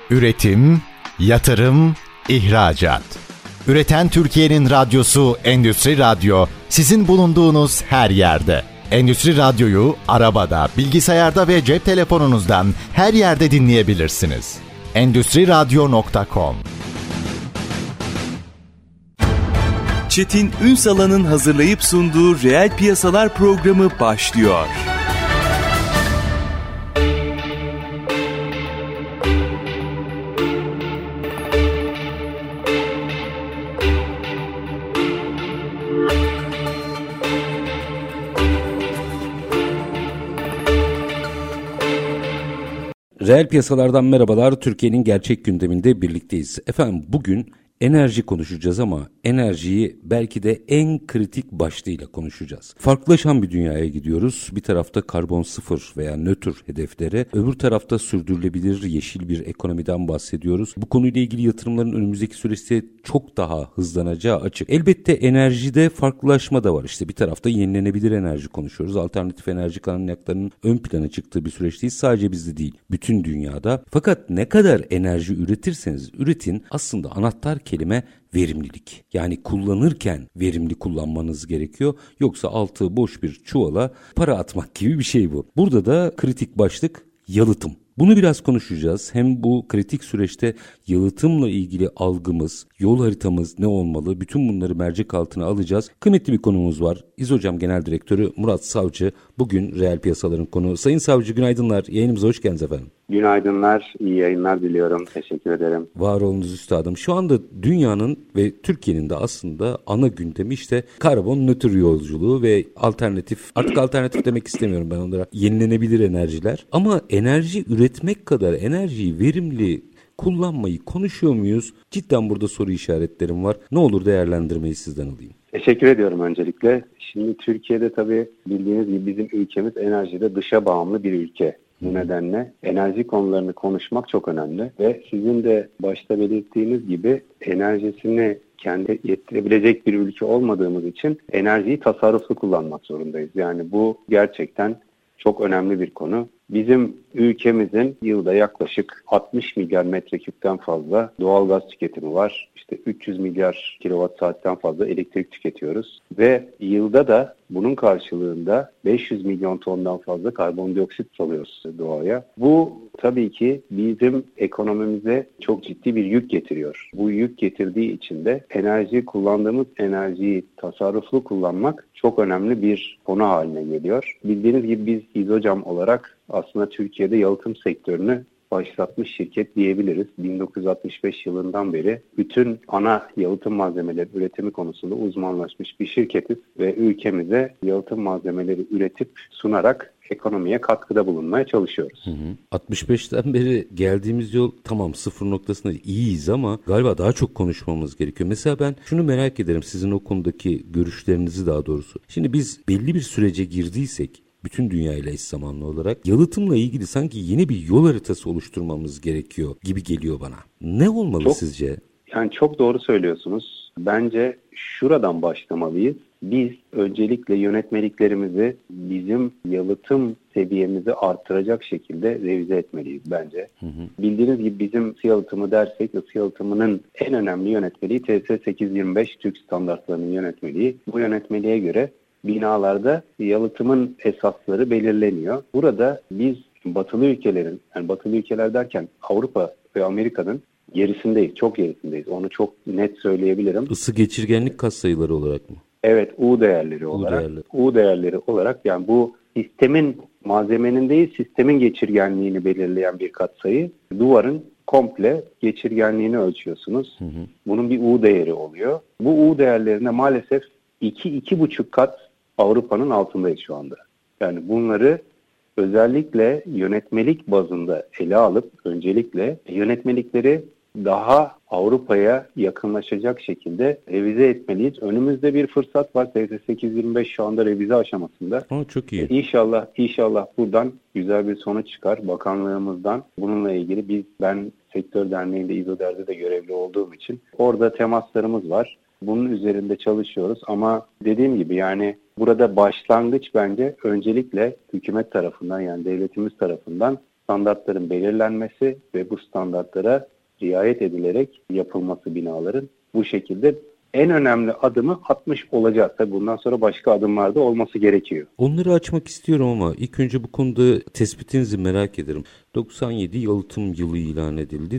Üretim, yatırım, ihracat. Üreten Türkiye'nin radyosu Endüstri Radyo, sizin bulunduğunuz her yerde. Endüstri Radyo'yu arabada, bilgisayarda ve cep telefonunuzdan her yerde dinleyebilirsiniz. Endüstriradyo.com. Çetin Ünsal'ın hazırlayıp sunduğu Reel Piyasalar programı başlıyor. Reel piyasalardan merhabalar. Türkiye'nin gerçek gündeminde birlikteyiz. Efendim bugün enerji konuşacağız ama enerjiyi belki de en kritik başlığıyla konuşacağız. Farklılaşan bir dünyaya gidiyoruz. Bir tarafta karbon sıfır veya nötr hedeflere, öbür tarafta sürdürülebilir yeşil bir ekonomiden bahsediyoruz. Bu konuyla ilgili yatırımların önümüzdeki süreçte çok daha hızlanacağı açık. Elbette enerjide farklılaşma da var. İşte bir tarafta yenilenebilir enerji konuşuyoruz. Alternatif enerji kaynaklarının ön plana çıktığı bir süreçteyiz. Sadece bizde değil, bütün dünyada. Fakat ne kadar enerji üretirseniz üretin, aslında anahtar kelime verimlilik. Yani kullanırken verimli kullanmanız gerekiyor. Yoksa altı boş bir çuvala para atmak gibi bir şey bu. Burada da kritik başlık yalıtım. Bunu biraz konuşacağız. Hem bu kritik süreçte yalıtımla ilgili algımız, yol haritamız ne olmalı? Bütün bunları mercek altına alacağız. Kıymetli bir konumuz var. İzocam Genel Direktörü Murat Savcı bugün reel piyasaların konuğu. Sayın Savcı günaydınlar. Yayınımıza hoş geldiniz efendim. Günaydınlar, iyi yayınlar diliyorum. Teşekkür ederim. Var olunuz üstadım. Şu anda dünyanın ve Türkiye'nin de aslında ana gündemi işte karbon nötr yolculuğu ve alternatif, artık alternatif demek istemiyorum ben onlara, yenilenebilir enerjiler. Ama enerji üretmek kadar enerjiyi verimli kullanmayı konuşuyor muyuz? Cidden burada soru işaretlerim var. Ne olur değerlendirmeyi sizden alayım. Teşekkür ediyorum öncelikle. Şimdi Türkiye'de tabii bildiğiniz gibi bizim ülkemiz enerjide dışa bağımlı bir ülke. Bu nedenle enerji konularını konuşmak çok önemli ve sizin de başta belirttiğiniz gibi enerjisini kendi yettirebilecek bir ülke olmadığımız için enerjiyi tasarruflu kullanmak zorundayız. Yani bu gerçekten çok önemli bir konu. Bizim ülkemizin yılda yaklaşık 60 milyar metreküpten fazla doğal gaz tüketimi var. İşte 300 milyar kilowatt saatten fazla elektrik tüketiyoruz. Ve yılda da bunun karşılığında 500 milyon tondan fazla karbondioksit salıyoruz doğaya. Bu tabii ki bizim ekonomimize çok ciddi bir yük getiriyor. Bu yük getirdiği için de kullandığımız enerjiyi tasarruflu kullanmak çok önemli bir konu haline geliyor. Bildiğiniz gibi biz İzocam olarak aslında Türkiye'de yalıtım sektörünü başlatmış şirket diyebiliriz. 1965 yılından beri bütün ana yalıtım malzemeleri üretimi konusunda uzmanlaşmış bir şirketiz ve ülkemize yalıtım malzemeleri üretip sunarak ekonomiye katkıda bulunmaya çalışıyoruz. 65'ten beri geldiğimiz yol tamam, sıfır noktasında iyiyiz ama galiba daha çok konuşmamız gerekiyor. Mesela ben şunu merak ederim, sizin o konudaki görüşlerinizi daha doğrusu. Şimdi biz belli bir sürece girdiysek, bütün dünyayla eş zamanlı olarak yalıtımla ilgili sanki yeni bir yol haritası oluşturmamız gerekiyor gibi geliyor bana. Ne olmalı sizce? Yani çok doğru söylüyorsunuz. Bence şuradan başlamalıyız. Biz öncelikle yönetmeliklerimizi bizim yalıtım seviyemizi artıracak şekilde revize etmeliyiz bence. Bildiğiniz gibi bizim ısı yalıtımı dersek, ısı yalıtımının en önemli yönetmeliği TS 825 Türk standartlarının yönetmeliği. Bu yönetmeliğe göre binalarda yalıtımın esasları belirleniyor. Burada biz batılı ülkelerin, yani batılı ülkeler derken Avrupa ve Amerika'nın gerisindeyiz, çok gerisindeyiz. Onu çok net söyleyebilirim. Isı geçirgenlik katsayıları olarak mı? Evet, U değerleri olarak. U değerleri olarak, yani bu sistemin, malzemenin değil sistemin geçirgenliğini belirleyen bir katsayı. Duvarın komple geçirgenliğini ölçüyorsunuz. Bunun bir U değeri oluyor. Bu U değerlerine maalesef 2-2,5 kat Avrupa'nın altındayız şu anda. Yani bunları özellikle yönetmelik bazında ele alıp öncelikle yönetmelikleri daha Avrupa'ya yakınlaşacak şekilde revize etmeliyiz. Önümüzde bir fırsat var. TS 825 şu anda revize aşamasında. Çok iyi. İnşallah buradan güzel bir sonuç çıkar. Bakanlığımızdan bununla ilgili ben Sektör Derneği'nde İZODER'de de görevli olduğum için orada temaslarımız var. Bunun üzerinde çalışıyoruz ama dediğim gibi yani burada başlangıç bence öncelikle hükümet tarafından, yani devletimiz tarafından standartların belirlenmesi ve bu standartlara riayet edilerek yapılması binaların bu şekilde en önemli adımı atmış olacağız. Tabii bundan sonra başka adımlar da olması gerekiyor. Onları açmak istiyorum ama ilk önce bu konuda tespitinizi merak ederim. 97 yalıtım yılı ilan edildi.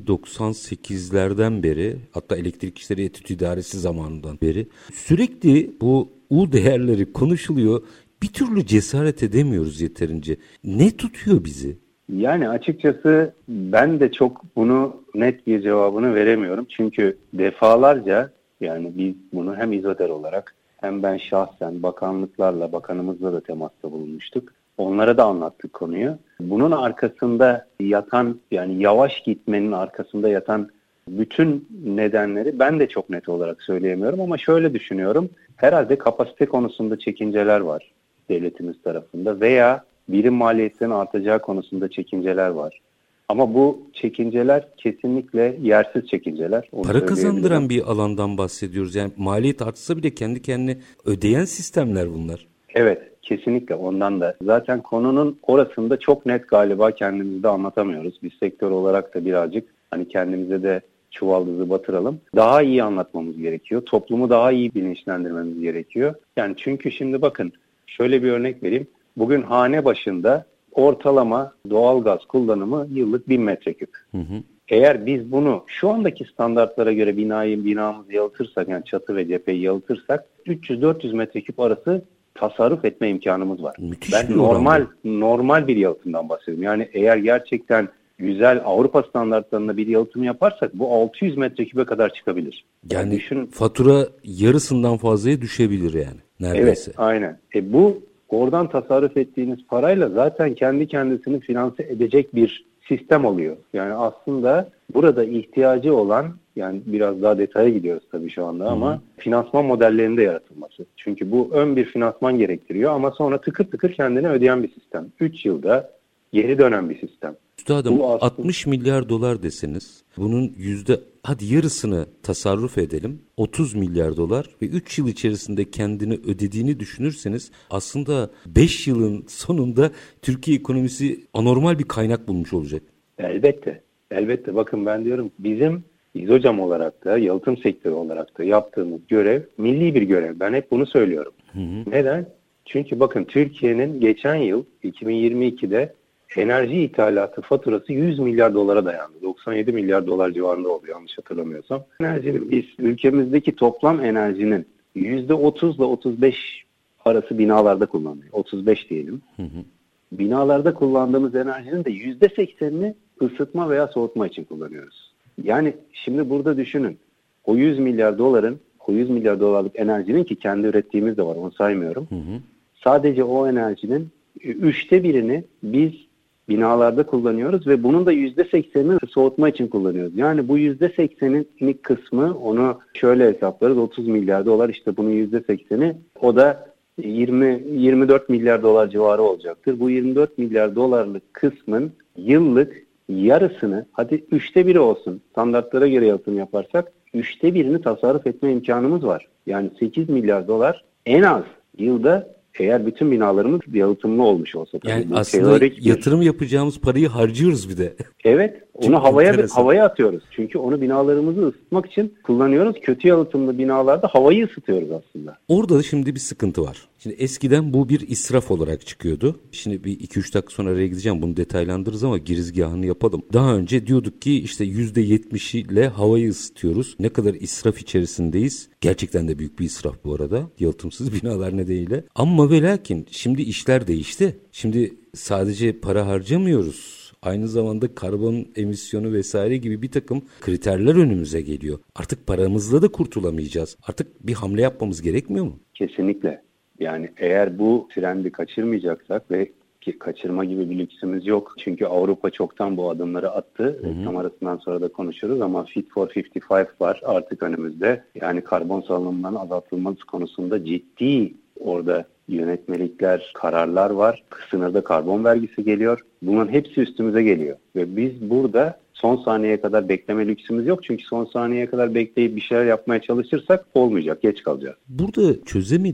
98'lerden beri, hatta Elektrik İşleri Etüt İdaresi zamanından beri sürekli bu U değerleri konuşuluyor. Bir türlü cesaret edemiyoruz yeterince. Ne tutuyor bizi? Yani açıkçası ben de çok bunu net bir cevabını veremiyorum. Çünkü defalarca yani biz bunu hem İzoder olarak hem ben şahsen bakanlıklarla, bakanımızla da temasta bulunmuştuk. Onlara da anlattık konuyu. Bunun arkasında yatan, yani yavaş gitmenin arkasında yatan bütün nedenleri ben de çok net olarak söyleyemiyorum ama şöyle düşünüyorum. Herhalde kapasite konusunda çekinceler var devletimiz tarafında veya birim maliyetlerinin artacağı konusunda çekinceler var. Ama bu çekinceler kesinlikle yersiz çekinceler. Para kazandıran bir alandan bahsediyoruz. Yani maliyet artsa bile kendi kendine ödeyen sistemler bunlar. Evet, kesinlikle ondan da. Zaten konunun orasında çok net galiba kendimizi de anlatamıyoruz. Biz sektör olarak da birazcık hani kendimize de çuvaldızı batıralım. Daha iyi anlatmamız gerekiyor. Toplumu daha iyi bilinçlendirmemiz gerekiyor. Yani çünkü şimdi bakın şöyle bir örnek vereyim. Bugün hane başında ortalama doğalgaz kullanımı yıllık 1000 metreküp. Eğer biz bunu şu andaki standartlara göre binamızı yalıtırsak, yani çatı ve cepheyi yalıtırsak 300-400 metreküp arası tasarruf etme imkanımız var. Müthiş ben normal bir yalıtımdan bahsediyorum. Yani eğer gerçekten güzel Avrupa standartlarında bir yalıtım yaparsak bu 600 metreküpe kadar çıkabilir. Yani fatura yarısından fazlaya düşebilir yani neredeyse. Evet, aynen. Bu oradan tasarruf ettiğiniz parayla zaten kendi kendisini finanse edecek bir sistem oluyor. Yani aslında burada ihtiyacı olan, yani biraz daha detaya gidiyoruz tabii şu anda ama finansman modellerinde yaratılması. Çünkü bu ön bir finansman gerektiriyor ama sonra tıkır tıkır kendini ödeyen bir sistem. 3 yılda geri dönen bir sistem. Üstadım aslında 60 milyar dolar deseniz bunun hadi yarısını tasarruf edelim, 30 milyar dolar ve 3 yıl içerisinde kendini ödediğini düşünürseniz aslında 5 yılın sonunda Türkiye ekonomisi anormal bir kaynak bulmuş olacak. Elbette. Elbette. Bakın ben diyorum bizim İzocam olarak da yalıtım sektörü olarak da yaptığımız görev milli bir görev. Ben hep bunu söylüyorum. Neden? Çünkü bakın Türkiye'nin geçen yıl 2022'de enerji ithalatı faturası 100 milyar dolara dayandı. 97 milyar dolar civarında oldu yanlış hatırlamıyorsam. Biz ülkemizdeki toplam enerjinin %30 ile 35 arası binalarda kullanılıyor. 35 diyelim. Binalarda kullandığımız enerjinin de %80'ini ısıtma veya soğutma için kullanıyoruz. Yani şimdi burada düşünün. O 100 milyar dolarlık enerjinin, ki kendi ürettiğimiz de var, onu saymıyorum. Sadece o enerjinin 1/3'ünü biz binalarda kullanıyoruz ve bunun da %80'ini soğutma için kullanıyoruz. Yani bu %80'lik kısmı, onu şöyle hesaplarız, 30 milyar dolar, işte bunun %80'i o da 24 milyar dolar civarı olacaktır. Bu 24 milyar dolarlık kısmın yıllık yarısını, hadi 1/3 olsun, standartlara göre yalıtım yaparsak 1/3'ünü tasarruf etme imkanımız var. Yani 8 milyar dolar en az yılda, eğer bütün binalarımız yalıtımlı olmuş olsa. Yani aslında yatırım yapacağımız parayı harcıyoruz bir de. Evet, onu havaya atıyoruz. Çünkü onu binalarımızı ısıtmak için kullanıyoruz. Kötü yalıtımlı binalarda havayı ısıtıyoruz aslında. Orada da şimdi bir sıkıntı var. Şimdi eskiden bu bir israf olarak çıkıyordu. Şimdi bir 2-3 dakika sonra araya gideceğim, bunu detaylandırırız ama girizgahını yapalım. Daha önce diyorduk ki işte %70'ile havayı ısıtıyoruz. Ne kadar israf içerisindeyiz. Gerçekten de büyük bir israf bu arada. Yalıtımsız binalar nedeniyle. Ama ve lakin şimdi işler değişti. Şimdi sadece para harcamıyoruz. Aynı zamanda karbon emisyonu vesaire gibi bir takım kriterler önümüze geliyor. Artık paramızla da kurtulamayacağız. Artık bir hamle yapmamız gerekmiyor mu? Kesinlikle. Yani eğer bu trendi kaçırmayacaksak, ve ki kaçırma gibi bir lüksümüz yok. Çünkü Avrupa çoktan bu adımları attı. Reklam arasından sonra da konuşuruz ama Fit for 55 var artık önümüzde. Yani karbon salınımının azaltılması konusunda ciddi orada yönetmelikler, kararlar var. Sınırda karbon vergisi geliyor. Bunun hepsi üstümüze geliyor. Ve biz burada son saniyeye kadar bekleme lüksümüz yok. Çünkü son saniyeye kadar bekleyip bir şeyler yapmaya çalışırsak olmayacak. Geç kalacağız. Burada çözemediğim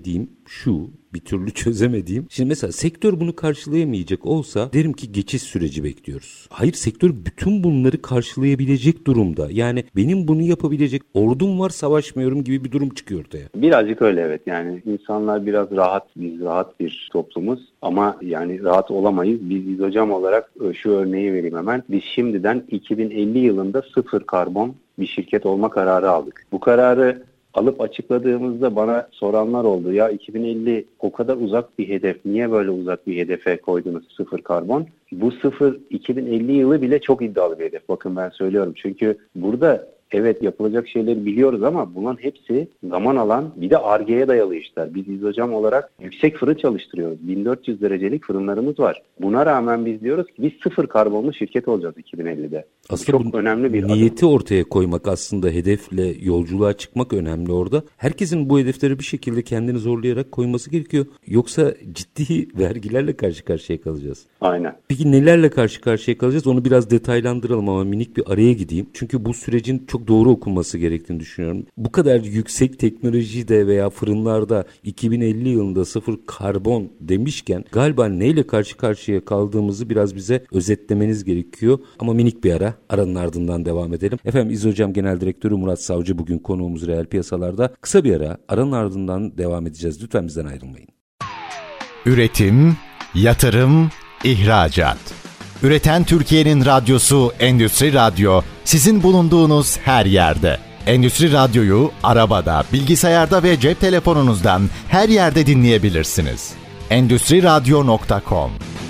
şu, bir türlü çözemediğim. Şimdi mesela sektör bunu karşılayamayacak olsa derim ki geçiş süreci bekliyoruz. Hayır, sektör bütün bunları karşılayabilecek durumda. Yani benim bunu yapabilecek ordum var, savaşmıyorum gibi bir durum çıkıyor ortaya. Birazcık öyle, evet. Yani insanlar biraz rahat, biz rahat bir toplumuz ama yani rahat olamayız. Biz hocam olarak şu örneği vereyim hemen. Biz şimdiden 2050 yılında sıfır karbon bir şirket olma kararı aldık. Bu kararı alıp açıkladığımızda bana soranlar oldu. Ya 2050 o kadar uzak bir hedef. Niye böyle uzak bir hedefe koydunuz sıfır karbon? Bu 2050 yılı bile çok iddialı bir hedef. Bakın ben söylüyorum. Çünkü burada evet yapılacak şeyleri biliyoruz ama bunların hepsi zaman alan, bir de Ar-Ge'ye dayalı işler. Biz hocam olarak yüksek fırın çalıştırıyoruz. 1400 derecelik fırınlarımız var. Buna rağmen biz diyoruz ki biz sıfır karbonlu şirket olacağız 2050'de. Aslında çok önemli bir niyeti adım. Ortaya koymak, aslında hedefle yolculuğa çıkmak önemli orada. Herkesin bu hedefleri bir şekilde kendini zorlayarak koyması gerekiyor. Yoksa ciddi vergilerle karşı karşıya kalacağız. Aynen. Peki nelerle karşı karşıya kalacağız? Onu biraz detaylandıralım ama minik bir araya gideyim. Çünkü bu sürecin çok doğru okunması gerektiğini düşünüyorum. Bu kadar yüksek teknolojide veya fırınlarda 2050 yılında sıfır karbon demişken galiba neyle karşı karşıya kaldığımızı biraz bize özetlemeniz gerekiyor. Ama minik bir ara, aranın ardından devam edelim. Efendim İzhocam Genel Direktörü Murat Savcı bugün konuğumuz reel piyasalarda. Kısa bir ara, aranın ardından devam edeceğiz. Lütfen bizden ayrılmayın. Üretim, yatırım, ihracat. Üreten Türkiye'nin radyosu Endüstri Radyo, sizin bulunduğunuz her yerde. Endüstri Radyo'yu arabada, bilgisayarda ve cep telefonunuzdan her yerde dinleyebilirsiniz. Endüstriradyo.com.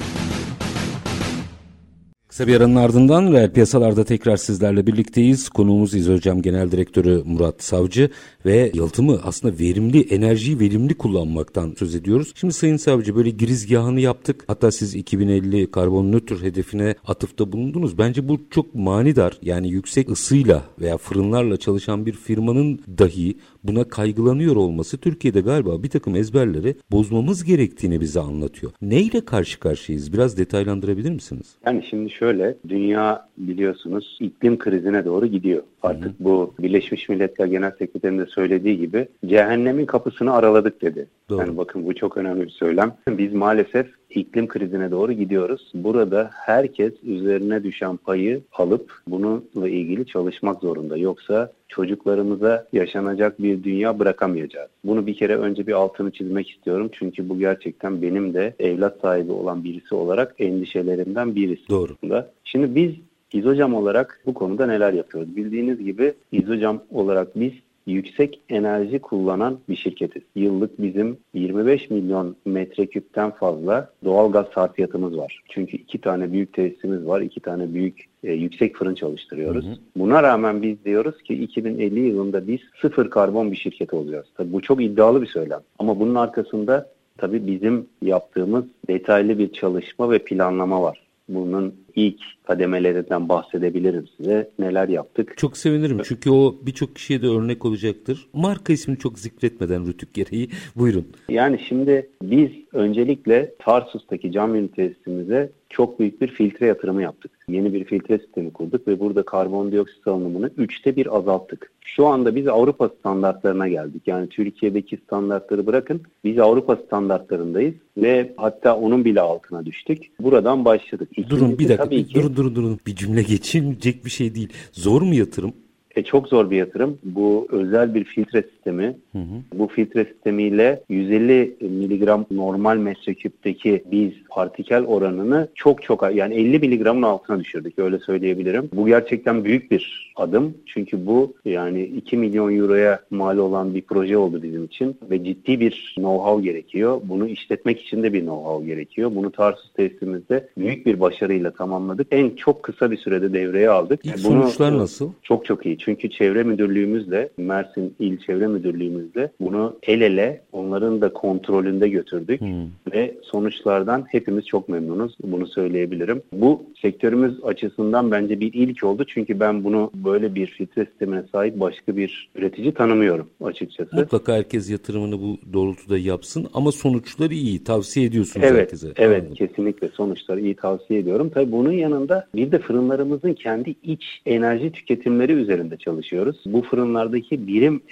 Kısa bir aranın ardından reel piyasalarda tekrar sizlerle birlikteyiz. Konuğumuz İzhocam Genel Direktörü Murat Savcı ve yalıtımı, aslında verimli, enerjiyi verimli kullanmaktan söz ediyoruz. Şimdi Sayın Savcı, böyle girizgahını yaptık. Hatta siz 2050 karbon nötr hedefine atıfta bulundunuz. Bence bu çok manidar. Yani yüksek ısıyla veya fırınlarla çalışan bir firmanın dahi buna kaygılanıyor olması Türkiye'de galiba bir takım ezberleri bozmamız gerektiğini bize anlatıyor. Neyle karşı karşıyayız? Biraz detaylandırabilir misiniz? Yani şimdi şöyle, dünya biliyorsunuz iklim krizine doğru gidiyor. Artık bu Birleşmiş Milletler Genel Sekreterinin de söylediği gibi cehennemin kapısını araladık dedi. Doğru. Yani bakın, bu çok önemli bir söylem. Biz maalesef iklim krizine doğru gidiyoruz. Burada herkes üzerine düşen payı alıp bununla ilgili çalışmak zorunda. Yoksa çocuklarımıza yaşanacak bir dünya bırakamayacağız. Bunu bir kere önce bir altını çizmek istiyorum. Çünkü bu gerçekten benim de evlat sahibi olan birisi olarak endişelerimden birisi. Doğru. Şimdi biz İzhocam olarak bu konuda neler yapıyoruz? Bildiğiniz gibi İzhocam olarak biz yüksek enerji kullanan bir şirketiz. Yıllık bizim 25 milyon metreküpten fazla doğal gaz sarfiyatımız var. Çünkü 2 tane büyük tesisimiz var, 2 tane büyük yüksek fırın çalıştırıyoruz. Buna rağmen biz diyoruz ki 2050 yılında biz sıfır karbon bir şirket olacağız. Tabii bu çok iddialı bir söylem. Ama bunun arkasında tabii bizim yaptığımız detaylı bir çalışma ve planlama var. Bunun ilk kademelerinden bahsedebilirim size. Neler yaptık? Çok sevinirim çünkü o birçok kişiye de örnek olacaktır. Marka ismini çok zikretmeden rütük gereği buyurun. Yani şimdi biz öncelikle Tarsus'taki cam ünitesimize çok büyük bir filtre yatırımı yaptık. Yeni bir filtre sistemi kurduk ve burada karbondioksit salınımını 3'te 1 azalttık. Şu anda biz Avrupa standartlarına geldik. Yani Türkiye'deki standartları bırakın, biz Avrupa standartlarındayız ve hatta onun bile altına düştük. Buradan başladık. Durun bir dakika, durun. Bir cümle geçilecek bir şey değil. Zor mu yatırım? Çok zor bir yatırım. Bu özel bir filtre sistemi. Bu filtre sistemiyle 150 miligram normal metreküpteki biz partikel oranını çok yani 50 miligramın altına düşürdük, öyle söyleyebilirim. Bu gerçekten büyük bir adım. Çünkü bu yani 2 milyon euroya mal olan bir proje oldu bizim için ve ciddi bir know-how gerekiyor. Bunu işletmek için de bir know-how gerekiyor. Bunu Tarsus tesisimizde büyük bir başarıyla tamamladık. En çok kısa bir sürede devreye aldık. İlk sonuçlar nasıl? Çok iyi. Çünkü çevre müdürlüğümüzle, Mersin İl Çevre Müdürlüğümüzle bunu el ele onların da kontrolünde götürdük. Ve sonuçlardan hepimiz çok memnunuz. Bunu söyleyebilirim. Bu sektörümüz açısından bence bir ilk oldu. Çünkü ben bunu böyle bir filtre sistemine sahip başka bir üretici tanımıyorum açıkçası. Mutlaka herkes yatırımını bu doğrultuda yapsın ama sonuçları iyi. Tavsiye ediyorsunuz herkese. Evet, Anladım. kesinlikle sonuçları iyi tavsiye ediyorum. Tabii bunun yanında bir de fırınlarımızın kendi iç enerji tüketimleri üzerinde çalışıyoruz. Bu fırınlardaki birim enerji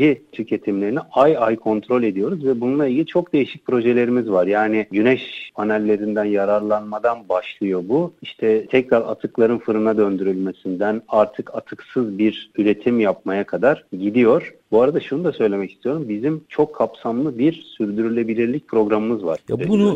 kendi tüketimlerini ay ay kontrol ediyoruz ve bununla ilgili çok değişik projelerimiz var. Yani güneş panellerinden yararlanmadan başlıyor bu. İşte tekrar atıkların fırına döndürülmesinden artık atıksız bir üretim yapmaya kadar gidiyor. Bu arada şunu da söylemek istiyorum. Bizim çok kapsamlı bir sürdürülebilirlik programımız var. Ya bunu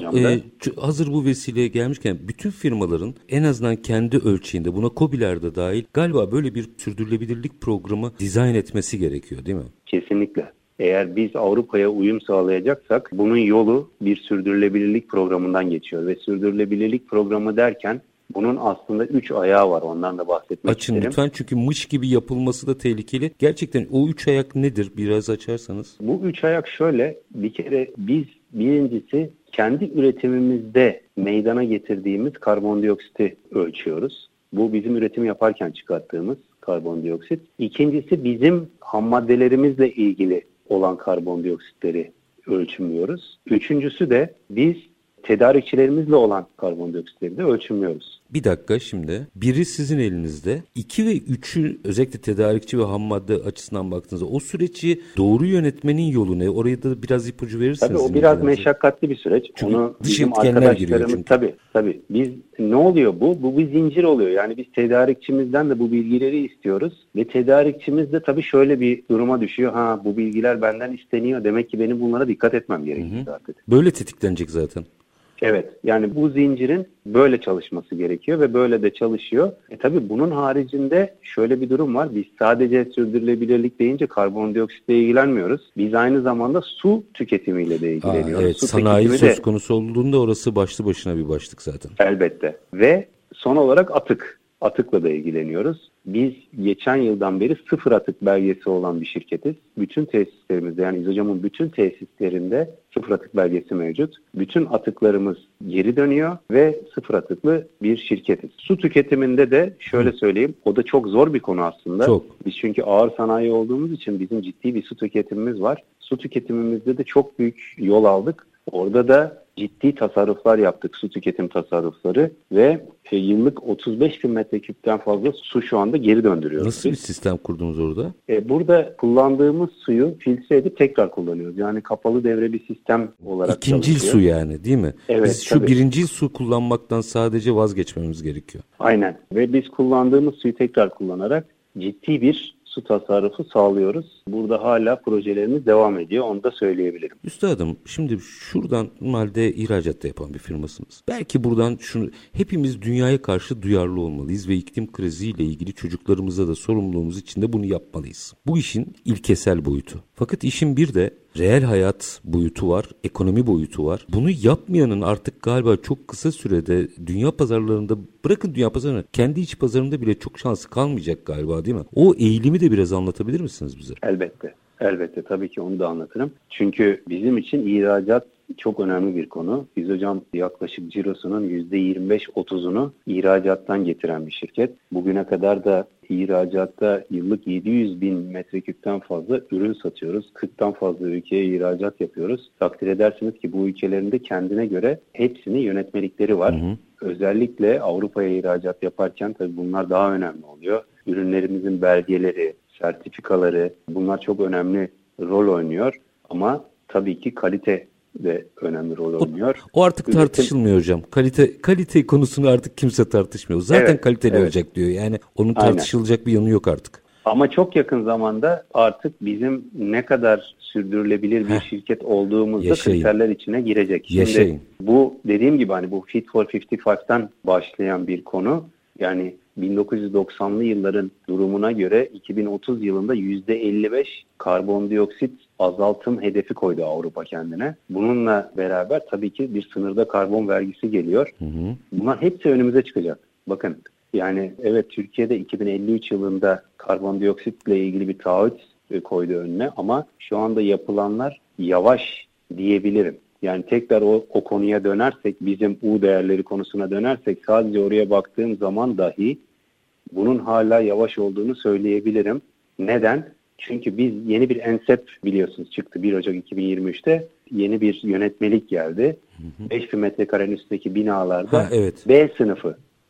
hazır bu vesileye gelmişken bütün firmaların en azından kendi ölçeğinde, buna KOBİ'ler de dahil, galiba böyle bir sürdürülebilirlik programı dizayn etmesi gerekiyor, değil mi? Kesinlikle. Eğer biz Avrupa'ya uyum sağlayacaksak bunun yolu bir sürdürülebilirlik programından geçiyor ve sürdürülebilirlik programı derken bunun aslında 3 ayağı var. Ondan da bahsetmek isterim. Açın lütfen, çünkü mış gibi yapılması da tehlikeli. Gerçekten o 3 ayak nedir? Biraz açarsanız. Bu 3 ayak şöyle. Bir kere biz birincisi kendi üretimimizde meydana getirdiğimiz karbondioksiti ölçüyoruz. Bu bizim üretim yaparken çıkarttığımız karbondioksit. İkincisi bizim ham maddelerimizle ilgili olan karbondioksitleri ölçümlüyoruz. Üçüncüsü de biz tedarikçilerimizle olan karbondioksitleri de ölçümlüyoruz. Bir dakika şimdi. Biri sizin elinizde. 2 ve 3'ü özellikle tedarikçi ve ham madde açısından baktığınızda o süreci doğru yönetmenin yolu ne? Oraya da biraz ipucu verirsiniz. Tabii o biraz meşakkatli bir süreç. Çünkü onu dış bizim etkenler giriyor çünkü. Tabii. Biz ne oluyor bu? Bu bir zincir oluyor. Yani biz tedarikçimizden de bu bilgileri istiyoruz ve tedarikçimiz de tabii şöyle bir duruma düşüyor. Ha, bu bilgiler benden isteniyor. Demek ki benim bunlara dikkat etmem gerekiyor artık. Böyle tetiklenecek zaten. Evet, yani bu zincirin böyle çalışması gerekiyor ve böyle de çalışıyor. Tabii bunun haricinde şöyle bir durum var. Biz sadece sürdürülebilirlik deyince karbondioksitle ilgilenmiyoruz. Biz aynı zamanda su tüketimiyle de ilgileniyoruz. Evet, su sanayi söz konusu olduğunda orası başlı başına bir başlık zaten. Elbette. Ve son olarak atık. Atıkla da ilgileniyoruz. Biz geçen yıldan beri sıfır atık belgesi olan bir şirketiz. Bütün tesislerimizde, yani İzocam'ın bütün tesislerinde sıfır atık belgesi mevcut. Bütün atıklarımız geri dönüyor ve sıfır atıklı bir şirketiz. Su tüketiminde de şöyle söyleyeyim, o da çok zor bir konu aslında. Çok. Biz çünkü ağır sanayi olduğumuz için bizim ciddi bir su tüketimimiz var. Su tüketimimizde de çok büyük yol aldık. Orada da ciddi tasarruflar yaptık, su tüketim tasarrufları ve yıllık 35 bin metreküpten fazla su şu anda geri döndürüyoruz. Nasıl bir sistem kurdunuz orada? Burada kullandığımız suyu filtre edip tekrar kullanıyoruz. Yani kapalı devre bir sistem olarak İkincil çalışıyor. su yani, değil mi? Evet, biz şu birincil su kullanmaktan sadece vazgeçmemiz gerekiyor. Aynen, ve biz kullandığımız suyu tekrar kullanarak ciddi bir su tasarrufu sağlıyoruz. Burada hala projelerimiz devam ediyor. Onu da söyleyebilirim. Üstadım, şimdi şuradan normalde ihracat da yapan bir firmasınız. Belki buradan şunu, hepimiz dünyaya karşı duyarlı olmalıyız ve iklim kriziyle ilgili çocuklarımıza da sorumluluğumuz için de bunu yapmalıyız. Bu işin ilkesel boyutu. Fakat işin bir de reel hayat boyutu var, ekonomi boyutu var. Bunu yapmayanın artık galiba çok kısa sürede dünya pazarlarında, bırakın dünya pazarını, kendi iç pazarında bile çok şansı kalmayacak galiba, değil mi? O eğilimi de biraz anlatabilir misiniz bize? Elbette, tabii ki onu da anlatırım. Çünkü bizim için ihracat çok önemli bir konu. Biz hocam yaklaşık cirosunun %25-30'unu ihracattan getiren bir şirket. Bugüne kadar da ihracatta yıllık 700 bin metreküpten fazla ürün satıyoruz. 40'tan fazla ülkeye ihracat yapıyoruz. Takdir edersiniz ki bu ülkelerin de kendine göre hepsinin yönetmelikleri var. Özellikle Avrupa'ya ihracat yaparken tabii bunlar daha önemli oluyor. Ürünlerimizin belgeleri, sertifikaları, bunlar çok önemli rol oynuyor. Ama tabii ki kalite de önemli rol oynuyor. O artık tartışılmıyor hocam. Kalite konusunu artık kimse tartışmıyor. Zaten kaliteli olacak diyor. Yani onun tartışılacak bir yanı yok artık. Ama çok yakın zamanda artık bizim ne kadar sürdürülebilir bir şirket olduğumuzda kriterler içine girecek. Şimdi bu dediğim gibi hani bu Fit for 55'ten başlayan bir konu. Yani 1990'lı yılların durumuna göre 2030 yılında %55 karbondioksit azaltım hedefi koydu Avrupa kendine. Bununla beraber tabii ki bir sınırda karbon vergisi geliyor. Bunlar hepsi önümüze çıkacak. Bakın yani evet, Türkiye'de 2053 yılında karbondioksitle ilgili bir taahhüt koydu önüne ama şu anda yapılanlar yavaş diyebilirim. Yani tekrar o konuya dönersek, bizim U değerleri konusuna dönersek, sadece oraya baktığım zaman dahi bunun hala yavaş olduğunu söyleyebilirim. Neden? Çünkü biz yeni bir ENSEP biliyorsunuz çıktı 1 Ocak 2023'te. Yeni bir yönetmelik geldi. 5000 metrekarenin üstteki binalarda B sınıfı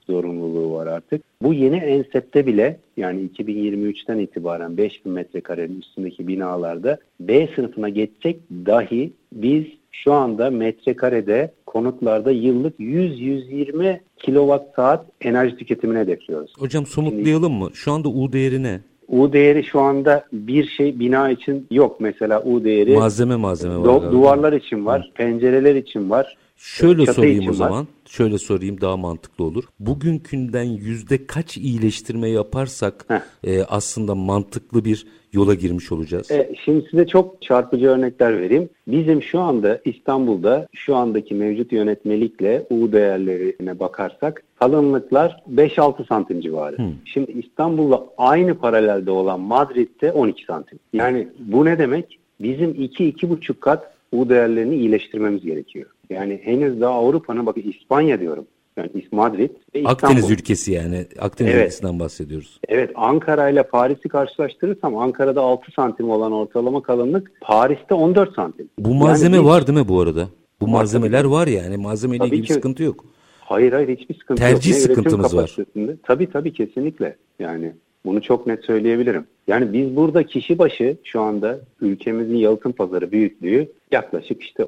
zorunluluğu var artık. Bu yeni ensepte bile, yani 2023'ten itibaren 5000 metrekarenin üstündeki binalarda B sınıfına geçsek dahi biz şu anda metrekarede konutlarda yıllık 100-120 kilowatt saat enerji tüketimini hedefliyoruz. Hocam somutlayalım mı? Şu anda U değeri ne? U değeri şu anda bir şey bina için yok. Mesela U değeri malzeme var. Duvarlar için var, pencereler için var. Şöyle sorayım o zaman. Şöyle sorayım, daha mantıklı olur. Bugünkünden yüzde kaç iyileştirme yaparsak aslında mantıklı bir yola girmiş olacağız? Şimdi size çok çarpıcı örnekler vereyim. Bizim şu anda İstanbul'da şu andaki mevcut yönetmelikle U değerlerine bakarsak kalınlıklar 5-6 santim civarı. Şimdi İstanbul'la aynı paralelde olan Madrid'de 12 santim. Yani bu ne demek? Bizim 2-2,5 kat U değerlerini iyileştirmemiz gerekiyor. Yani henüz daha Avrupa'nın, bakın İspanya diyorum. Yani Madrid ve İstanbul. Akdeniz ülkesi yani. Akdeniz ülkesinden bahsediyoruz. Evet, Ankara ile Paris'i karşılaştırırsam Ankara'da 6 santim olan ortalama kalınlık Paris'te 14 santim. Bu malzeme var değil mi bu arada? Bu malzemeler var yani. Malzemeyle ilgili ki, sıkıntı yok. Hayır hiçbir sıkıntı yok. Tercih sıkıntımız var. Tabii kesinlikle. Yani bunu çok net söyleyebilirim. Yani biz burada kişi başı şu anda ülkemizin yalıtım pazarı büyüklüğü yaklaşık işte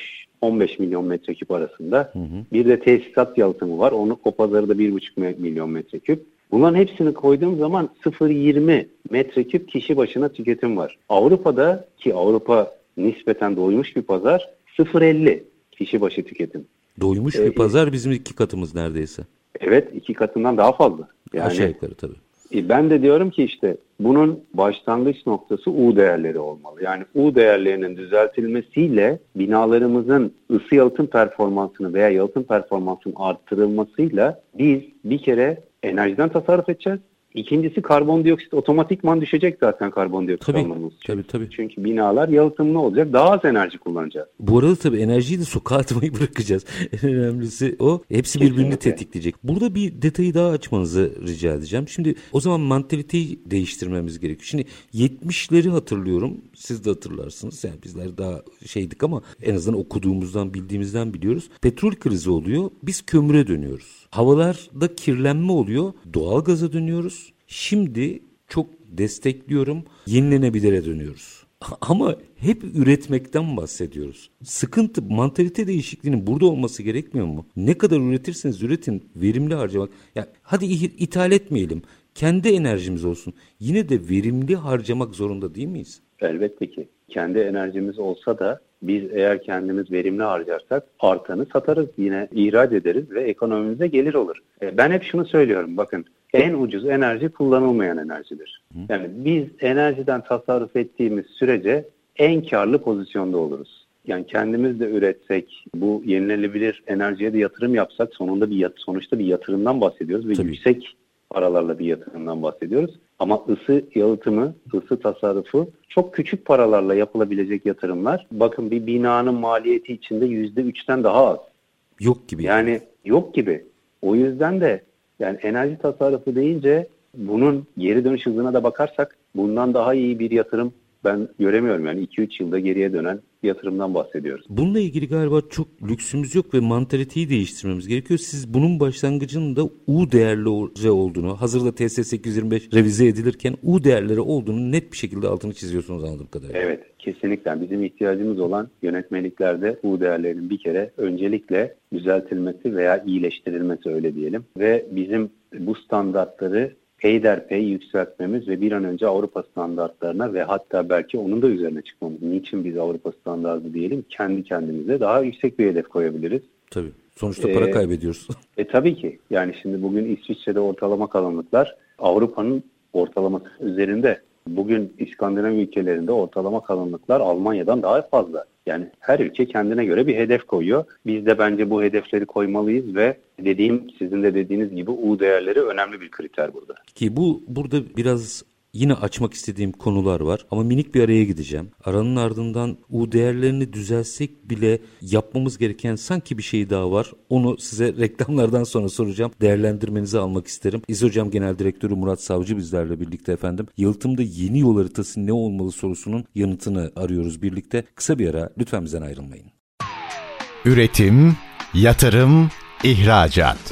13-15 milyon metreküp arasında. Bir de tesisat yalıtımı var. O pazarı da 1,5 milyon metreküp. Bunların hepsini koyduğum zaman 0,20 metreküp kişi başına tüketim var. Avrupa'da, ki Avrupa nispeten doymuş bir pazar, 0,50 kişi başı tüketim. Doymuş bir pazar, bizim 2 katımız neredeyse. Evet, 2 katından daha fazla. Yani, aşağı yukarı tabii. Ben de diyorum ki işte bunun başlangıç noktası U değerleri olmalı. Yani U değerlerinin düzeltilmesiyle binalarımızın ısı yalıtım performansını veya yalıtım performansının arttırılmasıyla biz bir kere enerjiden tasarruf edeceğiz. İkincisi karbondioksit otomatikman düşecek zaten karbondioksit almamız için. Tabii. Çünkü binalar yalıtımlı olacak. Daha az enerji kullanacağız. Bu arada tabii enerjiyi de sokağa atmayı bırakacağız. En önemlisi o. Hepsi birbirini tetikleyecek. Burada bir detayı daha açmanızı rica edeceğim. Şimdi o zaman mantaliteyi değiştirmemiz gerekiyor. Şimdi 70'leri hatırlıyorum. Siz de hatırlarsınız. Yani bizler daha şeydik ama en azından okuduğumuzdan, bildiğimizden biliyoruz. Petrol krizi oluyor. Biz kömüre dönüyoruz. Havalarda kirlenme oluyor. Doğalgaza dönüyoruz. Şimdi çok destekliyorum. Yenilenebilire dönüyoruz. Ama hep üretmekten bahsediyoruz. Sıkıntı mantalite değişikliğinin burada olması gerekmiyor mu? Ne kadar üretirseniz üretin, verimli harcamak. Ya hadi ithal etmeyelim. Kendi enerjimiz olsun. Yine de verimli harcamak zorunda değil miyiz? Elbette ki. Kendi enerjimiz olsa da biz eğer kendimiz verimli harcarsak artanı satarız, yine ihraç ederiz ve ekonomimize gelir olur. Ben hep şunu söylüyorum, bakın en ucuz enerji kullanılmayan enerjidir. Yani biz enerjiden tasarruf ettiğimiz sürece en karlı pozisyonda oluruz. Yani kendimiz de üretsek, bu yenilenebilir enerjiye de yatırım yapsak sonuçta bir yatırımdan bahsediyoruz ve yüksek paralarla bir yatırımdan bahsediyoruz. Ama ısı yalıtımı, ısı tasarrufu çok küçük paralarla yapılabilecek yatırımlar. Bakın bir binanın maliyeti içinde %3'ten daha az. Yok gibi. Yani yok gibi. O yüzden de yani enerji tasarrufu deyince bunun geri dönüş hızına da bakarsak bundan daha iyi bir yatırım ben göremiyorum. Yani 2-3 yılda geriye dönen yatırımdan bahsediyoruz. Bununla ilgili galiba çok lüksümüz yok ve mantaliteyi değiştirmemiz gerekiyor. Siz bunun başlangıcının da U değerli olduğunu, hazırda TS 825 revize edilirken U değerleri olduğunu net bir şekilde altını çiziyorsunuz anladığım kadarıyla. Evet, kesinlikle. Bizim ihtiyacımız olan yönetmeliklerde U değerlerinin bir kere öncelikle düzeltilmesi veya iyileştirilmesi, öyle diyelim. Ve bizim bu standartları peyderpey yükseltmemiz ve bir an önce Avrupa standartlarına ve hatta belki onun da üzerine çıkmamız. Niçin biz Avrupa standartı diyelim? Kendi kendimize daha yüksek bir hedef koyabiliriz. Tabii. Sonuçta para kaybediyoruz. Tabii ki. Yani şimdi bugün İsviçre'de ortalama kalınlıklar Avrupa'nın ortalaması üzerinde. Bugün İskandinav ülkelerinde ortalama kalınlıklar Almanya'dan daha fazla. Yani her ülke kendine göre bir hedef koyuyor. Biz de bence bu hedefleri koymalıyız ve sizin de dediğiniz gibi U değerleri önemli bir kriter burada. Ki burada biraz yine açmak istediğim konular var ama minik bir araya gideceğim. Aranın ardından U değerlerini düzelsek bile yapmamız gereken sanki bir şey daha var. Onu size reklamlardan sonra soracağım. Değerlendirmenizi almak isterim. İZ Hocam Genel Direktörü Murat Savcı bizlerle birlikte efendim. Yalıtımda yeni yol haritası ne olmalı sorusunun yanıtını arıyoruz birlikte. Kısa bir ara, lütfen bizden ayrılmayın. Üretim, yatırım, ihracat.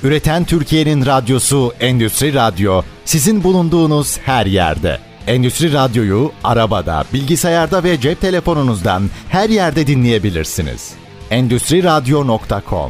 Üreten Türkiye'nin radyosu Endüstri Radyo, sizin bulunduğunuz her yerde. Endüstri Radyo'yu arabada, bilgisayarda ve cep telefonunuzdan her yerde dinleyebilirsiniz. Endüstriradyo.com.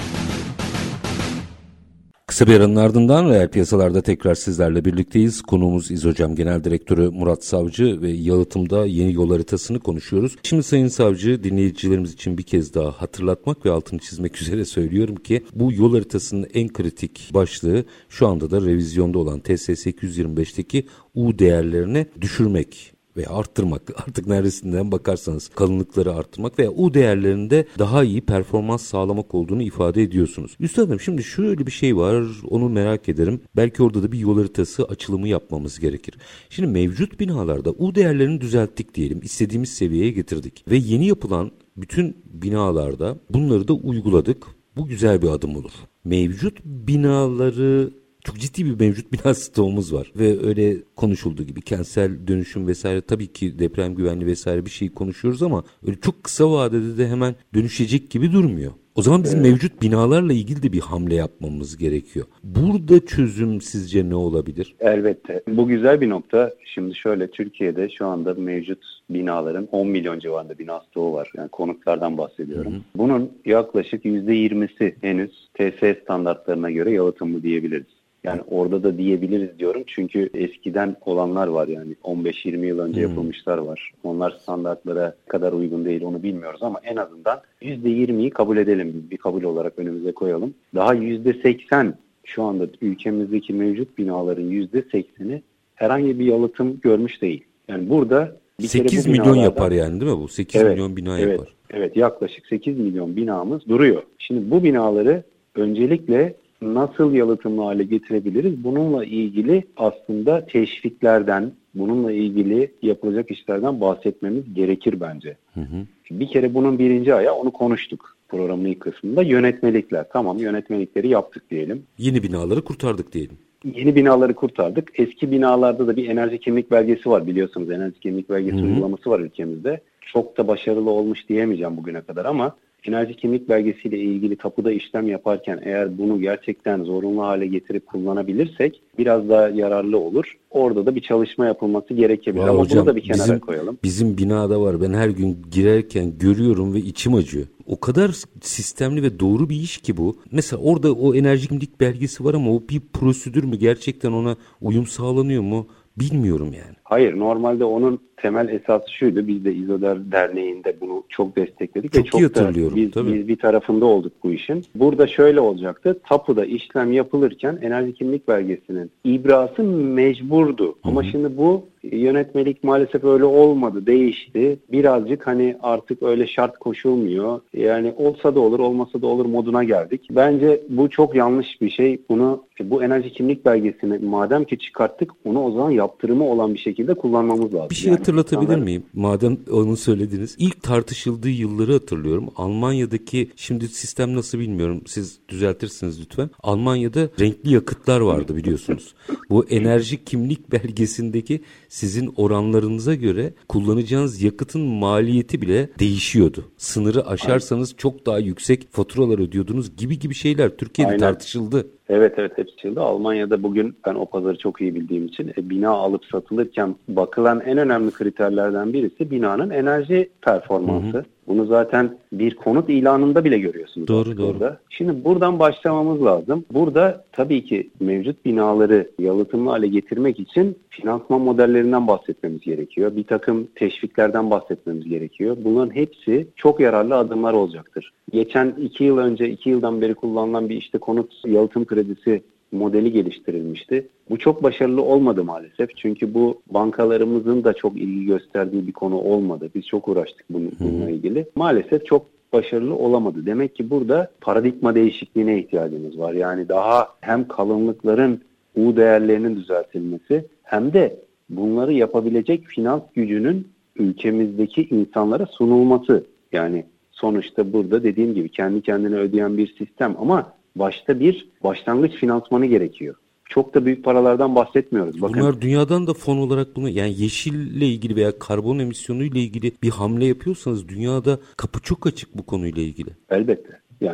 Kısa bir aranın ardından reel piyasalarda tekrar sizlerle birlikteyiz. Konuğumuz İzocam Genel Direktörü Murat Savcı ve yalıtımda yeni yol haritasını konuşuyoruz. Şimdi Sayın Savcı, dinleyicilerimiz için bir kez daha hatırlatmak ve altını çizmek üzere söylüyorum ki bu yol haritasının en kritik başlığı şu anda da revizyonda olan TS825'teki U değerlerini düşürmek veya arttırmak, artık neresinden bakarsanız kalınlıkları arttırmak veya U değerlerinde daha iyi performans sağlamak olduğunu ifade ediyorsunuz. Üstadım, şimdi şöyle bir şey var, onu merak ederim. Belki orada da bir yol haritası açılımı yapmamız gerekir. Şimdi mevcut binalarda U değerlerini düzelttik diyelim, istediğimiz seviyeye getirdik ve yeni yapılan bütün binalarda bunları da uyguladık. Bu güzel bir adım olur. Mevcut binaları, çok ciddi bir mevcut bina stoğumuz var ve öyle konuşulduğu gibi kentsel dönüşüm vesaire, tabii ki deprem güvenliği vesaire bir şey konuşuyoruz ama öyle çok kısa vadede de hemen dönüşecek gibi durmuyor. O zaman bizim mevcut binalarla ilgili de bir hamle yapmamız gerekiyor. Burada çözüm sizce ne olabilir? Elbette. Bu güzel bir nokta. Şimdi şöyle, Türkiye'de şu anda mevcut binaların 10 milyon civarında bina stoğu var. Yani konutlardan bahsediyorum. Bunun yaklaşık %20'si henüz TS standartlarına göre yalıtımlı diyebiliriz. Yani orada da diyebiliriz diyorum çünkü eskiden olanlar var, yani 15-20 yıl önce yapılmışlar var. Onlar standartlara kadar uygun değil, onu bilmiyoruz ama en azından %20'yi kabul edelim, biz bir kabul olarak önümüze koyalım. Daha %80 şu anda ülkemizdeki mevcut binaların %80'i herhangi bir yalıtım görmüş değil. Yani burada 8 milyon yapar yani, değil mi bu? 8 milyon bina yapar. Evet, yaklaşık 8 milyon binamız duruyor. Şimdi bu binaları öncelikle nasıl yalıtımlı hale getirebiliriz? Bununla ilgili aslında teşviklerden, bununla ilgili yapılacak işlerden bahsetmemiz gerekir bence. Bir kere bunun birinci ayağı, onu konuştuk programın ilk kısmında, yönetmelikler. Tamam, yönetmelikleri yaptık diyelim. Yeni binaları kurtardık diyelim. Yeni binaları kurtardık. Eski binalarda da bir enerji kimlik belgesi var, biliyorsunuz. Enerji kimlik belgesi uygulaması var ülkemizde. Çok da başarılı olmuş diyemeyeceğim bugüne kadar ama enerji kimlik belgesiyle ilgili tapuda işlem yaparken eğer bunu gerçekten zorunlu hale getirip kullanabilirsek biraz daha yararlı olur. Orada da bir çalışma yapılması gerekebilir. Ama hocam, bunu da bir kenara koyalım. Bizim binada var. Ben her gün girerken görüyorum ve içim acıyor. O kadar sistemli ve doğru bir iş ki bu. Mesela orada o enerji kimlik belgesi var ama o bir prosedür mü? Gerçekten ona uyum sağlanıyor mu? Bilmiyorum yani. Hayır, normalde onun temel esası şuydu. Biz de İzoder Derneği'nde bunu çok destekledik. Çok iyi hatırlıyorum. Biz bir tarafında olduk bu işin. Burada şöyle olacaktı. Tapuda işlem yapılırken enerji kimlik belgesinin ibrası mecburdu. Ama şimdi bu yönetmelik maalesef öyle olmadı. Değişti. Birazcık hani artık öyle şart koşulmuyor. Yani olsa da olur, olmasa da olur moduna geldik. Bence bu çok yanlış bir şey. Bu enerji kimlik belgesini madem ki çıkarttık, onu o zaman yaptırımı olan bir şekilde kullanmamız lazım. Bir şey hatırlatabilir miyim? Madem onu söylediniz. İlk tartışıldığı yılları hatırlıyorum. Almanya'daki, şimdi sistem nasıl bilmiyorum, siz düzeltirsiniz lütfen. Almanya'da renkli yakıtlar vardı, biliyorsunuz. Bu enerji kimlik belgesindeki sizin oranlarınıza göre kullanacağınız yakıtın maliyeti bile değişiyordu. Sınırı aşarsanız çok daha yüksek faturalar ödüyordunuz gibi şeyler Türkiye'de tartışıldı. Evet, hepsi açıldı. Almanya'da bugün, ben o pazarı çok iyi bildiğim için, bina alıp satılırken bakılan en önemli kriterlerden birisi binanın enerji performansı. Bunu zaten bir konut ilanında bile görüyorsunuz. Doğru. Şimdi buradan başlamamız lazım. Burada tabii ki mevcut binaları yalıtımlı hale getirmek için finansman modellerinden bahsetmemiz gerekiyor. Bir takım teşviklerden bahsetmemiz gerekiyor. Bunların hepsi çok yararlı adımlar olacaktır. Geçen 2 yıldan beri kullanılan bir konut yalıtım kredisi modeli geliştirilmişti. Bu çok başarılı olmadı maalesef. Çünkü bu bankalarımızın da çok ilgi gösterdiği bir konu olmadı. Biz çok uğraştık bununla ilgili. Maalesef çok başarılı olamadı. Demek ki burada paradigma değişikliğine ihtiyacımız var. Yani daha hem kalınlıkların U değerlerinin düzeltilmesi hem de bunları yapabilecek finans gücünün ülkemizdeki insanlara sunulması. Yani sonuçta burada dediğim gibi kendi kendine ödeyen bir sistem ama başta bir başlangıç finansmanı gerekiyor. Çok da büyük paralardan bahsetmiyoruz. Bakın, bunlar dünyadan da fon olarak bunu, yani yeşille ilgili veya karbon emisyonu ile ilgili bir hamle yapıyorsanız dünyada kapı çok açık bu konuyla ilgili. Elbette. Yani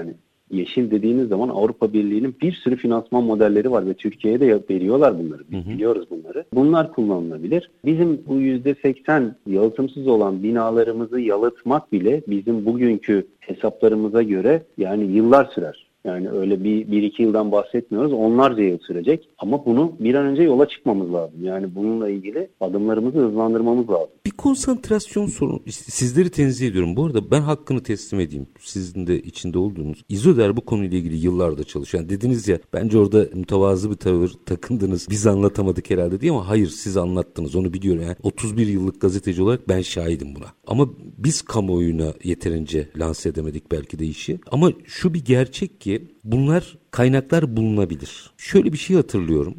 yeşil dediğiniz zaman Avrupa Birliği'nin bir sürü finansman modelleri var ve Türkiye'ye de veriyorlar bunları. Biz biliyoruz bunları. Bunlar kullanılabilir. Bizim bu %80 yalıtımsız olan binalarımızı yalıtmak bile bizim bugünkü hesaplarımıza göre yani yıllar sürer. Yani öyle bir iki yıldan bahsetmiyoruz. Onlarca yıl sürecek. Ama bunu bir an önce yola çıkmamız lazım. Yani bununla ilgili adımlarımızı hızlandırmamız lazım. Bir konsantrasyon sorunu. Sizleri tenzih ediyorum. Bu arada ben hakkını teslim edeyim. Sizin de içinde olduğunuz. İzoder bu konuyla ilgili yıllardır çalışıyor. Yani dediniz ya, bence orada mütevazı bir tavır takındınız. Biz anlatamadık herhalde diye, ama hayır, siz anlattınız. Onu biliyorum. Yani 31 yıllık gazeteci olarak ben şahidim buna. Ama biz kamuoyuna yeterince lanse edemedik belki de işi. Ama şu bir gerçek ki bunlar, kaynaklar bulunabilir. Şöyle bir şey hatırlıyorum.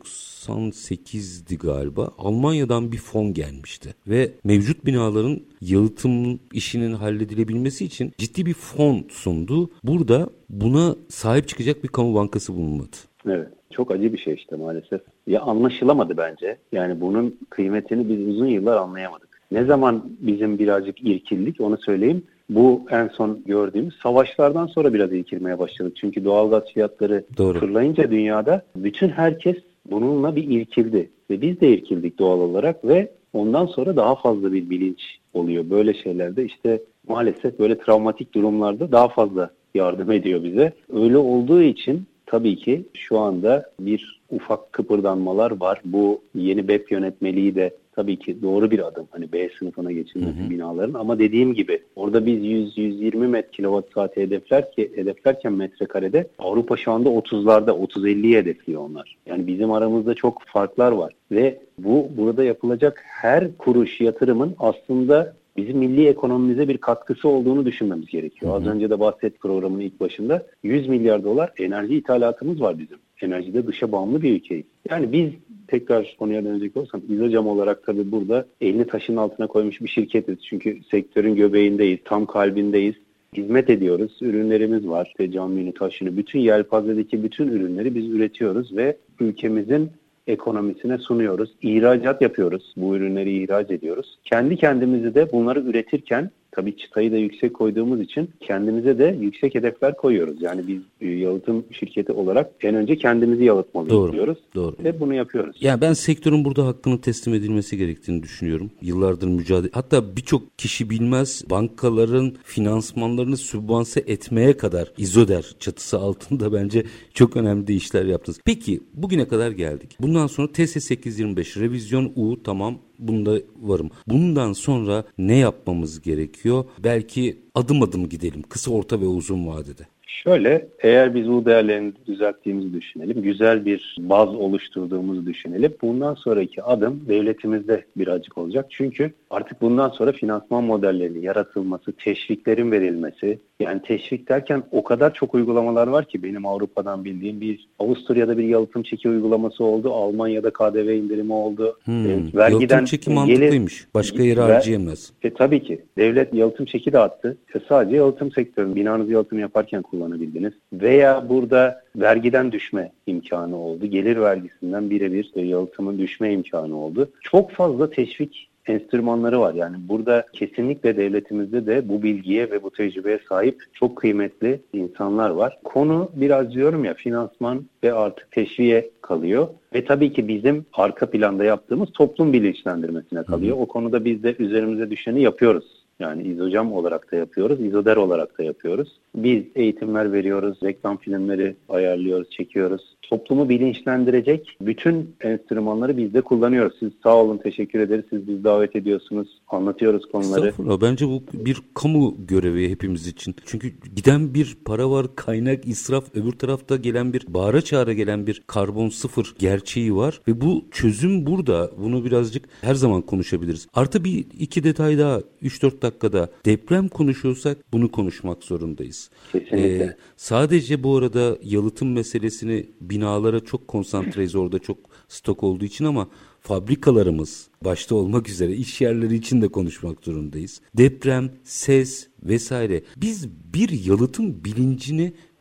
98'di galiba. Almanya'dan bir fon gelmişti ve mevcut binaların yalıtım işinin halledilebilmesi için ciddi bir fon sundu. Burada buna sahip çıkacak bir kamu bankası bulunmadı. Evet. Çok acı bir şey işte maalesef. Ya anlaşılamadı bence. Yani bunun kıymetini biz uzun yıllar anlayamadık. Ne zaman bizim birazcık irkildik onu söyleyeyim. Bu en son gördüğümüz savaşlardan sonra biraz irkilmeye başladık. Çünkü doğalgaz fiyatları fırlayınca dünyada bütün herkes bununla bir irkildi. Ve biz de irkildik doğal olarak ve ondan sonra daha fazla bir bilinç oluyor. Böyle şeylerde işte maalesef böyle travmatik durumlarda daha fazla yardım ediyor bize. Öyle olduğu için tabii ki şu anda bir ufak kıpırdanmalar var. Bu yeni BEP yönetmeliği de tabii ki doğru bir adım. Hani B sınıfına geçilmesi binaların. Ama dediğim gibi orada biz 100-120 kWh hedeflerken metrekarede Avrupa şu anda 30'larda 30-50'yi hedefliyor onlar. Yani bizim aramızda çok farklar var. Ve burada yapılacak her kuruş yatırımın aslında bizim milli ekonomimize bir katkısı olduğunu düşünmemiz gerekiyor. Az önce de bahsettik programın ilk başında. 100 milyar dolar enerji ithalatımız var bizim. Enerjide dışa bağımlı bir ülkeyiz. Yani biz tekrar konuya dönecek olursam İzocam olarak tabii burada elini taşın altına koymuş bir şirketiz. Çünkü sektörün göbeğindeyiz, tam kalbindeyiz. Hizmet ediyoruz, ürünlerimiz var. İşte cam yünü, taş yünü, bütün yelpazedeki bütün ürünleri biz üretiyoruz ve ülkemizin ekonomisine sunuyoruz. İhracat yapıyoruz. Bu ürünleri ihraç ediyoruz. Kendi kendimizi de bunları üretirken tabii çıtayı da yüksek koyduğumuz için kendimize de yüksek hedefler koyuyoruz. Yani biz yalıtım şirketi olarak en önce kendimizi yalıtmalıyız diyoruz. Doğru. Ve bunu yapıyoruz. Yani ben sektörün burada hakkını teslim edilmesi gerektiğini düşünüyorum. Yıllardır mücadele. Hatta birçok kişi bilmez, bankaların finansmanlarını sübvanse etmeye kadar İzoder çatısı altında bence çok önemli işler yaptınız. Peki bugüne kadar geldik. Bundan sonra TS 825 revizyon U, tamam. Bunda varım. Bundan sonra ne yapmamız gerekiyor? Belki adım adım gidelim. Kısa, orta ve uzun vadede. Şöyle, eğer biz bu değerlerini düzelttiğimizi düşünelim, güzel bir baz oluşturduğumuzu düşünelim. Bundan sonraki adım devletimizde birazcık olacak. Çünkü artık bundan sonra finansman modellerinin yaratılması, teşviklerin verilmesi, yani teşvik derken o kadar çok uygulamalar var ki benim Avrupa'dan bildiğim Avusturya'da bir yalıtım çeki uygulaması oldu, Almanya'da KDV indirimi oldu. Vergiden yalıtım çeki mantıklıymış. Başka yere harcayamaz. Tabii ki. Devlet yalıtım çeki dağıttı. Sadece yalıtım sektörünün, binanızı yalıtım yaparken kullanabildiniz. Veya burada vergiden düşme imkanı oldu. Gelir vergisinden birebir yalıtımın düşme imkanı oldu. Çok fazla teşvik enstrümanları var. Yani burada kesinlikle devletimizde de bu bilgiye ve bu tecrübeye sahip çok kıymetli insanlar var. Konu biraz diyorum ya finansman ve artık teşviğe kalıyor. Ve tabii ki bizim arka planda yaptığımız toplum bilinçlendirmesine kalıyor. O konuda biz de üzerimize düşeni yapıyoruz. Yani İzocam olarak da yapıyoruz, İzoder olarak da yapıyoruz. Biz eğitimler veriyoruz, reklam filmleri ayarlıyoruz, çekiyoruz. Toplumu bilinçlendirecek bütün enstrümanları biz de kullanıyoruz. Siz sağ olun, teşekkür ederiz. Siz bizi davet ediyorsunuz, anlatıyoruz konuları. Estağfurullah. Bence bu bir kamu görevi hepimiz için. Çünkü giden bir para var, kaynak, israf. Öbür tarafta gelen bir, bağıra çağıra gelen bir karbon sıfır gerçeği var. Ve bu çözüm burada. Bunu birazcık her zaman konuşabiliriz. Artı bir iki detay daha, 3-4 dakikada deprem konuşuyorsak bunu konuşmak zorundayız. Kesinlikle. Sadece bu arada yalıtım meselesini binalara çok konsantreyiz, orada çok stok olduğu için, ama fabrikalarımız başta olmak üzere iş yerleri için de konuşmak zorundayız. Deprem, ses vesaire. Biz bir yalıtım bilincini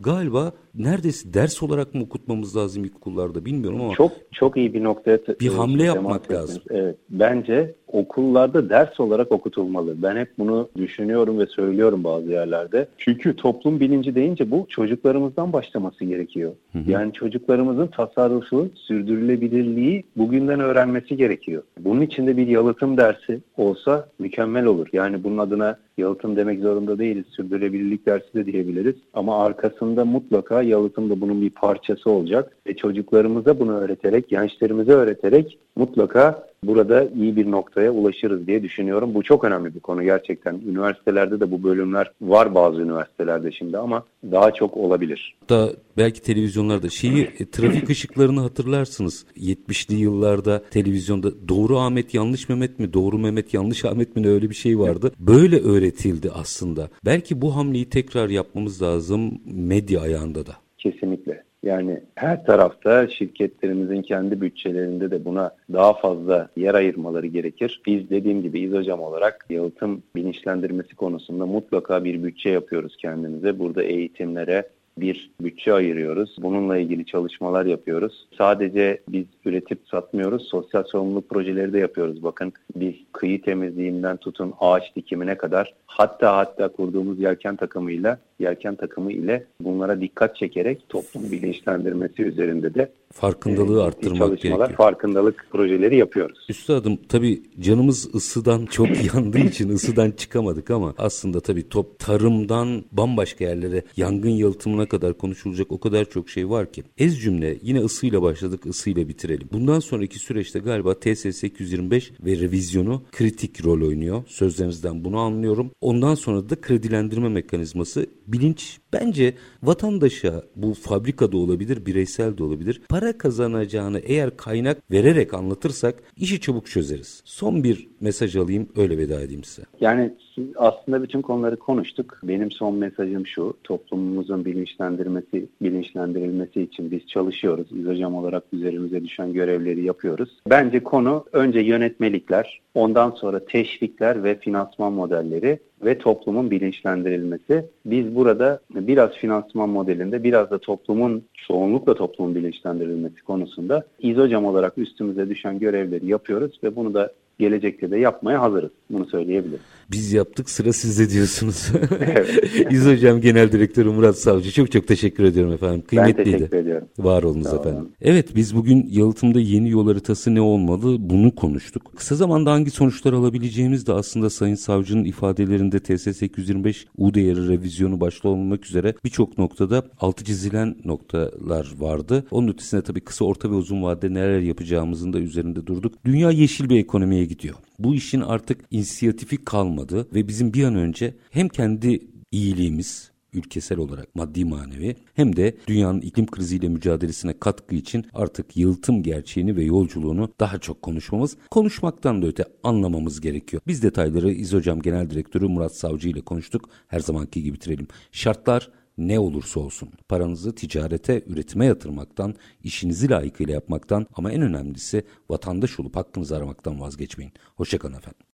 galiba neredeyse ders olarak mı okutmamız lazım ilkokullarda bilmiyorum ama çok iyi bir noktaya bir hamle yapmak lazım. Evet, bence okullarda ders olarak okutulmalı. Ben hep bunu düşünüyorum ve söylüyorum bazı yerlerde. Çünkü toplum bilinci deyince bu çocuklarımızdan başlaması gerekiyor. Yani çocuklarımızın tasarrufu, sürdürülebilirliği bugünden öğrenmesi gerekiyor. Bunun için de bir yalıtım dersi olsa mükemmel olur. Yani bunun adına yalıtım demek zorunda değiliz. Sürdürülebilirlik dersi de diyebiliriz. Ama arkasında mutlaka yalıtım da bunun bir parçası olacak. Ve çocuklarımıza bunu öğreterek, gençlerimize öğreterek mutlaka burada iyi bir noktaya ulaşırız diye düşünüyorum. Bu çok önemli bir konu gerçekten. Üniversitelerde de bu bölümler var bazı üniversitelerde şimdi ama daha çok olabilir. Da belki televizyonlarda trafik ışıklarını hatırlarsınız. 70'li yıllarda televizyonda doğru Ahmet yanlış Mehmet mi, doğru Mehmet yanlış Ahmet mi, öyle bir şey vardı. Böyle öğretildi aslında. Belki bu hamleyi tekrar yapmamız lazım medya ayağında da. Kesinlikle. Yani her tarafta şirketlerimizin kendi bütçelerinde de buna daha fazla yer ayırmaları gerekir. Biz dediğim gibi İzocam olarak yalıtım bilinçlendirmesi konusunda mutlaka bir bütçe yapıyoruz kendimize. Burada eğitimlere bir bütçe ayırıyoruz. Bununla ilgili çalışmalar yapıyoruz. Sadece biz üretip satmıyoruz. Sosyal sorumluluk projeleri de yapıyoruz. Bakın biz kıyı temizliğinden tutun ağaç dikimine kadar hatta kurduğumuz yelken takımı ile bunlara dikkat çekerek toplum bilinçlendirmesi üzerinde de farkındalığı arttırmak gerekiyor. Farkındalık projeleri yapıyoruz. Üstadım tabii canımız ısıdan çok yandığı için ısıdan çıkamadık ama aslında tabii tarımdan bambaşka yerlere yangın yalıtımına kadar konuşulacak o kadar çok şey var ki. Ez cümle yine ısıyla başladık, ısıyla bitirelim. Bundan sonraki süreçte galiba TSS 225 ve revizyonu kritik rol oynuyor. Sözlerinizden bunu anlıyorum. Ondan sonra da kredilendirme mekanizması, bilinç bence vatandaşa, bu fabrikada olabilir, bireysel de olabilir, para kazanacağını eğer kaynak vererek anlatırsak işi çabuk çözeriz. Son bir mesaj alayım, öyle veda edeyim size. Yani aslında bütün konuları konuştuk. Benim son mesajım şu: toplumumuzun bilinçlendirilmesi için biz çalışıyoruz. İzocam olarak üzerimize düşen görevleri yapıyoruz. Bence konu önce yönetmelikler, ondan sonra teşvikler ve finansman modelleri ve toplumun bilinçlendirilmesi. Biz burada biraz finansman modelinde, biraz da çoğunlukla toplumun bilinçlendirilmesi konusunda İzocam olarak üstümüze düşen görevleri yapıyoruz ve bunu da gelecekte de yapmaya hazırız. Bunu söyleyebilirim. Biz yaptık, sıra sizde diyorsunuz. Evet. İzocam Genel Direktörü Murat Savcı, çok teşekkür ediyorum efendim. Kıymetliydi. Ben teşekkür ediyorum. Var olunuz efendim. Evet, biz bugün yalıtımda yeni yol haritası ne olmalı bunu konuştuk. Kısa zamanda hangi sonuçlar alabileceğimiz de aslında Sayın Savcı'nın ifadelerinde TSS 225 U değeri revizyonu başta olmak üzere birçok noktada altı çizilen noktalar vardı. Onun ötesinde tabii kısa, orta ve uzun vadede neler yapacağımızın da üzerinde durduk. Dünya yeşil bir ekonomiye gidiyor. Bu işin artık inisiyatifi kalmadı ve bizim bir an önce hem kendi iyiliğimiz ülkesel olarak maddi manevi hem de dünyanın iklim kriziyle mücadelesine katkı için artık yalıtım gerçeğini ve yolculuğunu daha çok konuşmaktan da öte anlamamız gerekiyor. Biz detayları İzocam Genel Direktörü Murat Savcı ile konuştuk. Her zamanki gibi bitirelim. Şartlar ne olursa olsun paranızı ticarete, üretime yatırmaktan, işinizi layıkıyla yapmaktan ama en önemlisi vatandaş olup hakkınızı aramaktan vazgeçmeyin. Hoşça kalın efendim.